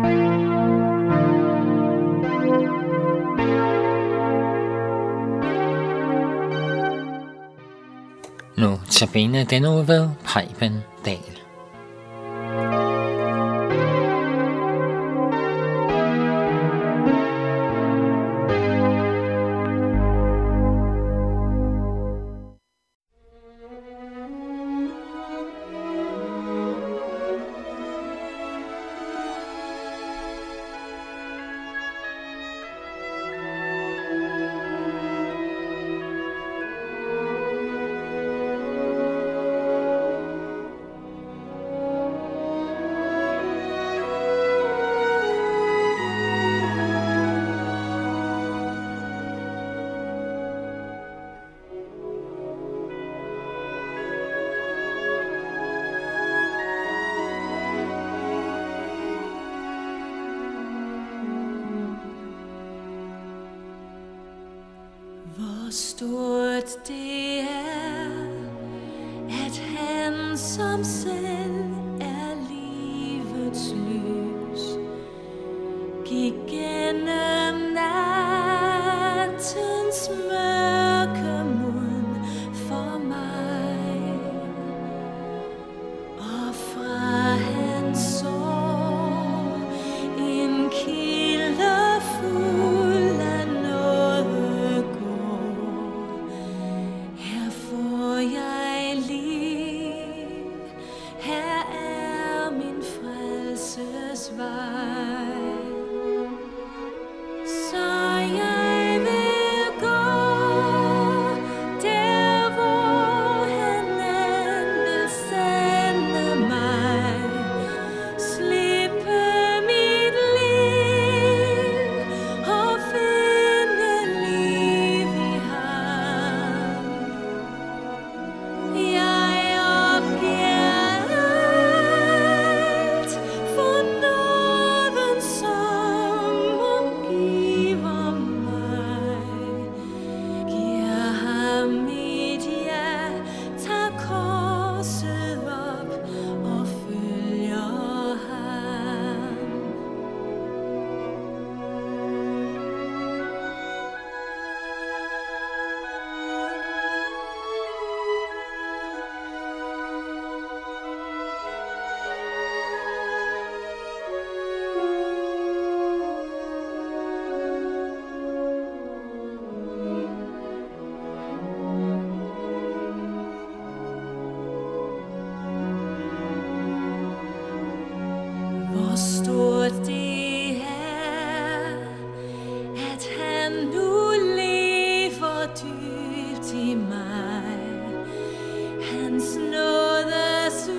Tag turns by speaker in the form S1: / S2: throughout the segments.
S1: Notabene denne uge ved Preben Dahl.
S2: Hvor stort det er, at han som selv er livets lys, gik gennem nattens mørke mund for mig, og fra hans sår en kilde fuld af nåde går. Her får jeg liv, her er min frelses vej. Så jeg vil gå der, hvor han vil sende mig, slippe mit liv og finde liv i ham. Jeg opgiver alt for nåden, som omgiver mig. Giver ham mit ja, tager korset op og følger ham. Hvor stort det er, at han nu lever dybt i mig. Hans nådes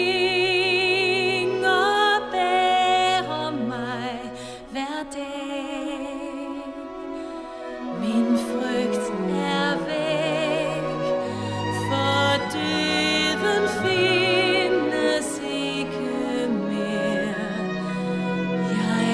S2: vinger bærer mig hver dag. Min frygt er væk, for døden findes ikke mere. Jeg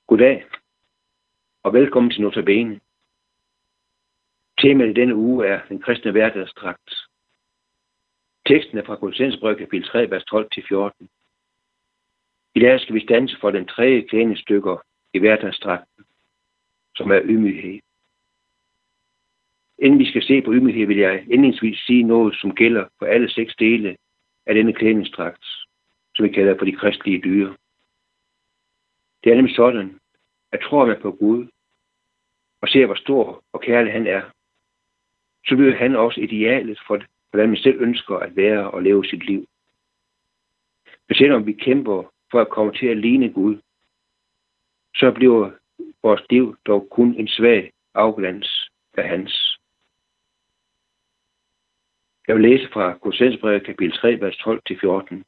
S3: Goddag, og velkommen til Notabene. Temaet i denne uge er den kristne hverdagsdragt. Teksten er fra Kolossenserbrevet kapitel 3, vers 12-14. I dag skal vi standse for den tredje klædningsstykker i hverdagsdragten, som er ydmyghed. Inden vi skal se på ydmyghed, vil jeg indledningsvis sige noget, som gælder for alle 6 dele af denne klædningsdragt, som vi kalder for de kristelige dyr. Det er nemlig sådan, at tror man på Gud, og ser, hvor stor og kærlig han er, så bliver han også idealet for, hvordan man selv ønsker at være og leve sit liv. Men selvom vi kæmper for at komme til at ligne Gud, så bliver vores liv dog kun en svag afglans af hans. Jeg vil læse fra Kolossenserbrevet kapitel 3, vers 12-14.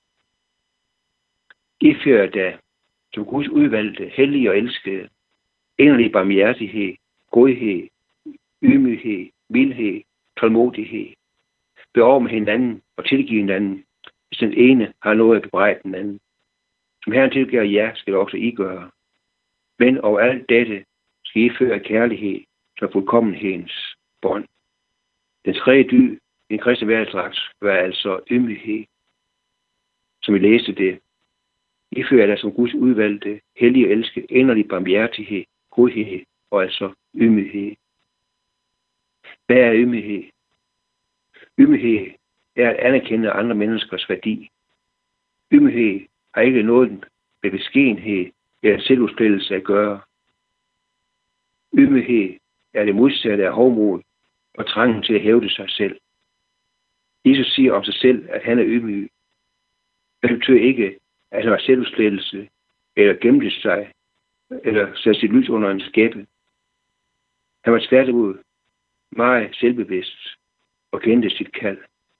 S3: I fører da, som Guds udvalgte, hellige og elskede, inderlig barmhjertighed, godhed, ydmyghed, mildhed, tålmodighed. Beår med hinanden og tilgive hinanden, hvis den ene har noget at bebrejde den anden. Som Herren tilgiver jer, skal også I gøre. Men over alt dette skal I føre kærlighed, som fuldkommenhedens bånd. Den tredje dyr i en kristen hverdagsdragt var altså ydmyghed, som vi læste det. I fører der som Guds udvalgte, hellige og elske, inderlig barmhjertighed, godhed og altså ydmyghed. Hvad er ydmyghed? Ydmyghed er at anerkende andre menneskers værdi. Ydmyghed har ikke noget med beskedenhed eller selvudslættelse at gøre. Ydmyghed er det modsatte af hovmod og trangen til at hævde sig selv. Jesus siger om sig selv, at han er ydmyg. Det betyder ikke, at han har selvudslættelse eller gemte sig eller satte sit lys under en skæppe. Han var tværtimod meget selvbevidst og kendte sit kald.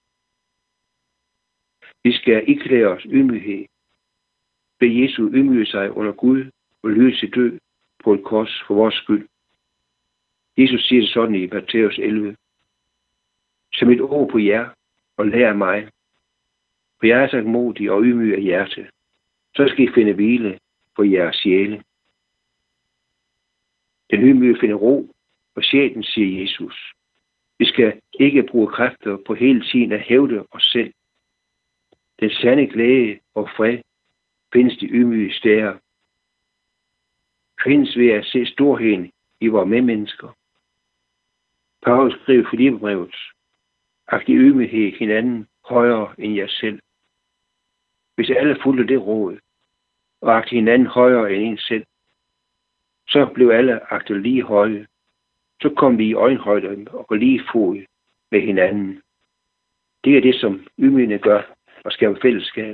S3: Vi skal iklæde os ydmyghed, ved Jesu ydmyge sig under Gud og lyde til død på et kors for vores skyld. Jesus siger det sådan i Matthæus 11. Som et ord på jer og lær af mig, for jeg er så modig og ydmyg af hjerte, så skal I finde hvile for jeres sjæle. Den ydmyge finder ro for sjælen, siger Jesus. Vi skal ikke bruge kræfter på hele tiden at hævde os selv. Den sande glæde og fred findes de ydmyge steder. Findes ved at se storheden i vores medmennesker. Paulus skrev i Filipperbrevet, at de ydmyghed hinanden højere end jer selv. Hvis alle fulgte det råd, og agte hinanden højere end en selv, så blev alle agtet lige høje. Så kom vi i øjenhøjde og på lige fod med hinanden. Det er det, som ydmygende gør og skaber fællesskab.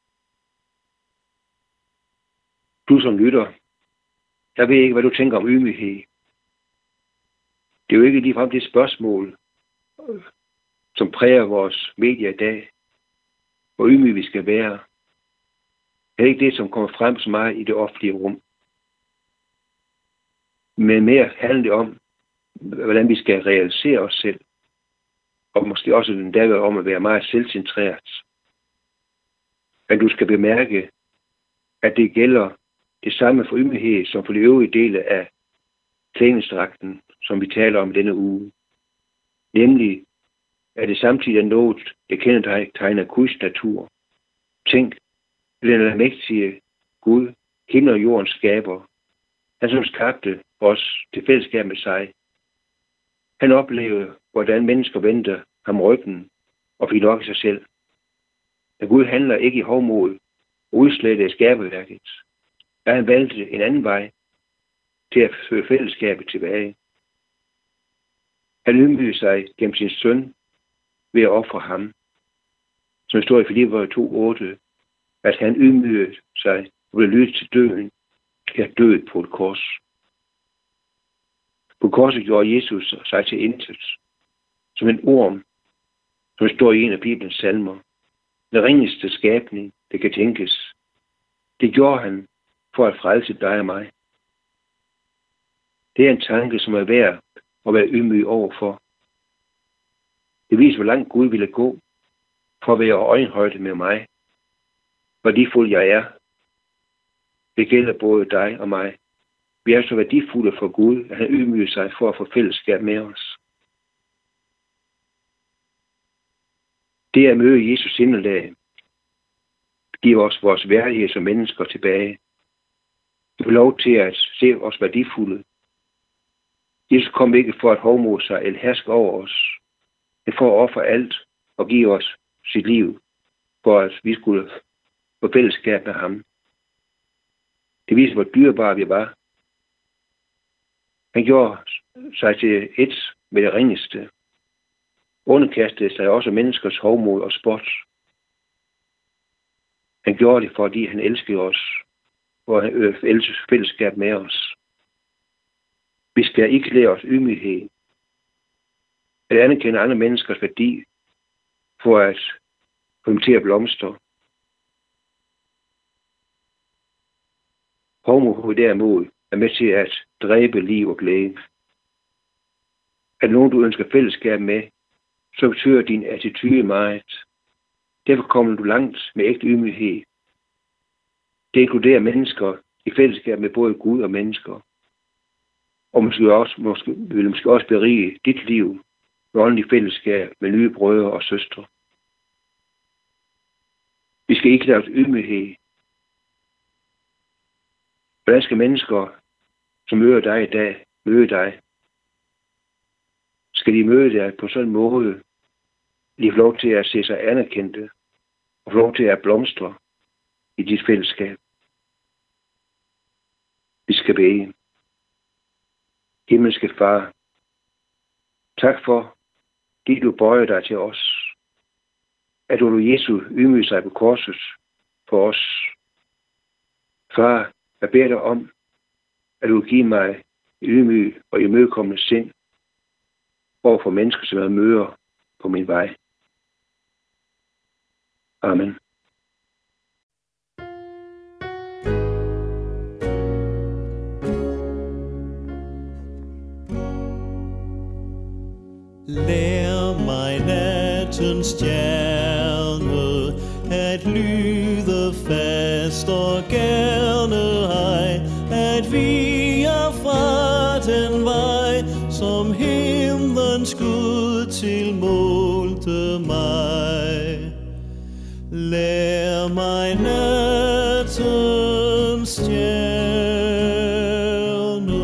S3: Du som lytter, jeg ved ikke, hvad du tænker om ydmyghed. Det er jo ikke ligefrem det spørgsmål, som præger vores medier i dag, hvor ydmyg vi skal være. Det er ikke det, som kommer frem så meget i det offentlige rum. Men mere handler det om, hvordan vi skal realisere os selv. Og måske også den der om at være meget selvcentreret. Men du skal bemærke, at det gælder det samme for ydmyghed, som for de øvrige dele af klædningsdragten, som vi taler om denne uge. Nemlig, at det samtidig er noget, det kendetegner Guds natur. Tænk, den almægtige Gud, himmel og jordens skaber, han som skabte os til fællesskab med sig. Han oplevede, hvordan mennesker vendte ham ryggen og fik nok i sig selv. Men Gud handler ikke i hovmod og udslætte skaberværket. Da han valgte en anden vej til at føre fællesskabet tilbage. Han ydmygede sig gennem sin søn ved at ofre ham. Som står i Filipperbrevet 2:8, at han ydmygede sig og blev lyttet til døden, til død på et kors. På korset gjorde Jesus sig til intet, som en orm, som står i en af Bibelens salmer. Den ringeste skabning, det kan tænkes. Det gjorde han for at frelse dig og mig. Det er en tanke, som er værd at være ydmyg overfor. Det viser, hvor langt Gud ville gå for at være øjenhøjde med mig. Hvor værdifuld jeg er. Det gælder både dig og mig. Vi er så værdifulde for Gud, at han ydmyger sig for at få fællesskab med os. Det at møde Jesus sindelag giver os vores værdighed som mennesker tilbage. Vi får lov til at se os værdifulde. Jesus kom ikke for at hovmode sig eller herske over os, men for at ofre alt og give os sit liv, for at vi skulle få fællesskab med ham. Det viser, hvor dyrebare vi var. Han gjorde sig til et med det ringeste. Underkastede sig også menneskers hovmod og spot. Han gjorde det, fordi han elskede os, og han elskede fællesskab med os. Vi skal ikke lære os ydmyghed, at anerkende andre menneskers værdi, for at få dem til at blomstre. Hovmod derimod er med til at dræbe liv og glæde. At nogen du ønsker fællesskab med, så betyder din attitude meget. Derfor kommer du langt med ægte ydmyghed. Det inkluderer mennesker i fællesskab med både Gud og mennesker. Og vil måske også berige dit liv med åndelig fællesskab med nye brødre og søstre. Vi skal ikke lave ydmyghed. Hvordan skal mennesker, som møder dig i dag, møde dig? Skal de møde dig på sådan en måde, at de får lov til at se sig anerkendte og få lov til at blomstre i dit fællesskab? Vi skal bede. Himmelske Far, tak for, det du bøjer dig til os. At du Jesus ydmyger sig på korset for os. Far, jeg beder dig om, at du giver mig ydmyg og imødekommende sind over for mennesker, som jeg møder på min vej. Amen.
S4: Lær mig nattens stjerne at lyde fast og gerne hej, at vi er fra den vej, som himlens Gud tilmålte mig. Lær mig nattens stjerne.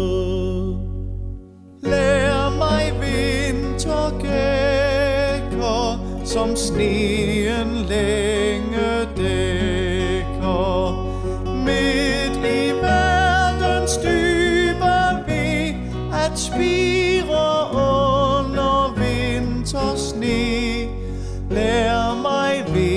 S5: Lær mig vintergækker, som sneen længe dækker. Midt i verdens dybe ved, at spire under vintersne. Lær mig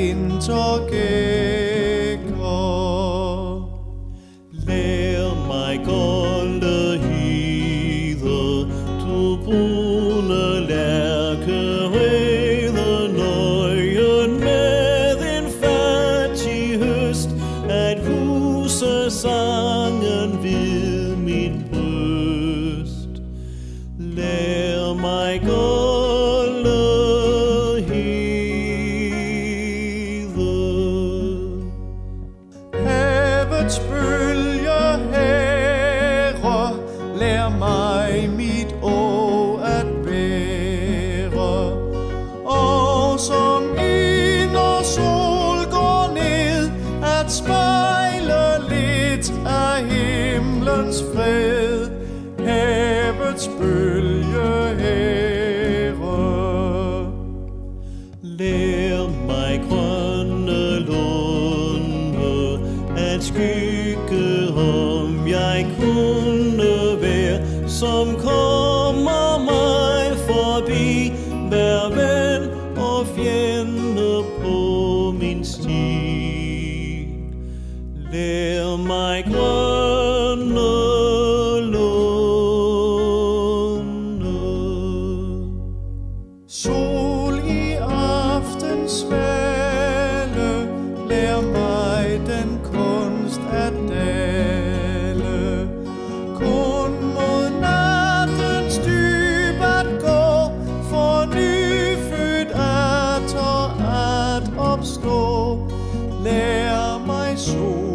S5: vintergækker.
S4: Lær mig golde hede, du brune lærkerede, nøgen med en fattig høst, at huse sangen ved mit bryst. Lær mig golde hede.
S5: Havets bølge, Herre, lær mig mit å at bære. Og som når sol går ned, at spejle lidt af himlens fred. Havets bølge, Herre.
S4: Lær mig grønne lunde at skygge, om jeg kunne være, som kommer mig forbi, hver ven og fjende på min sti. Lær mig grønne lunde.
S5: Sol i aften svale, lær mig den kunst at dale. Kun mod nattens dyb at gå, for nyfødt atter at opstå. Lær mig sol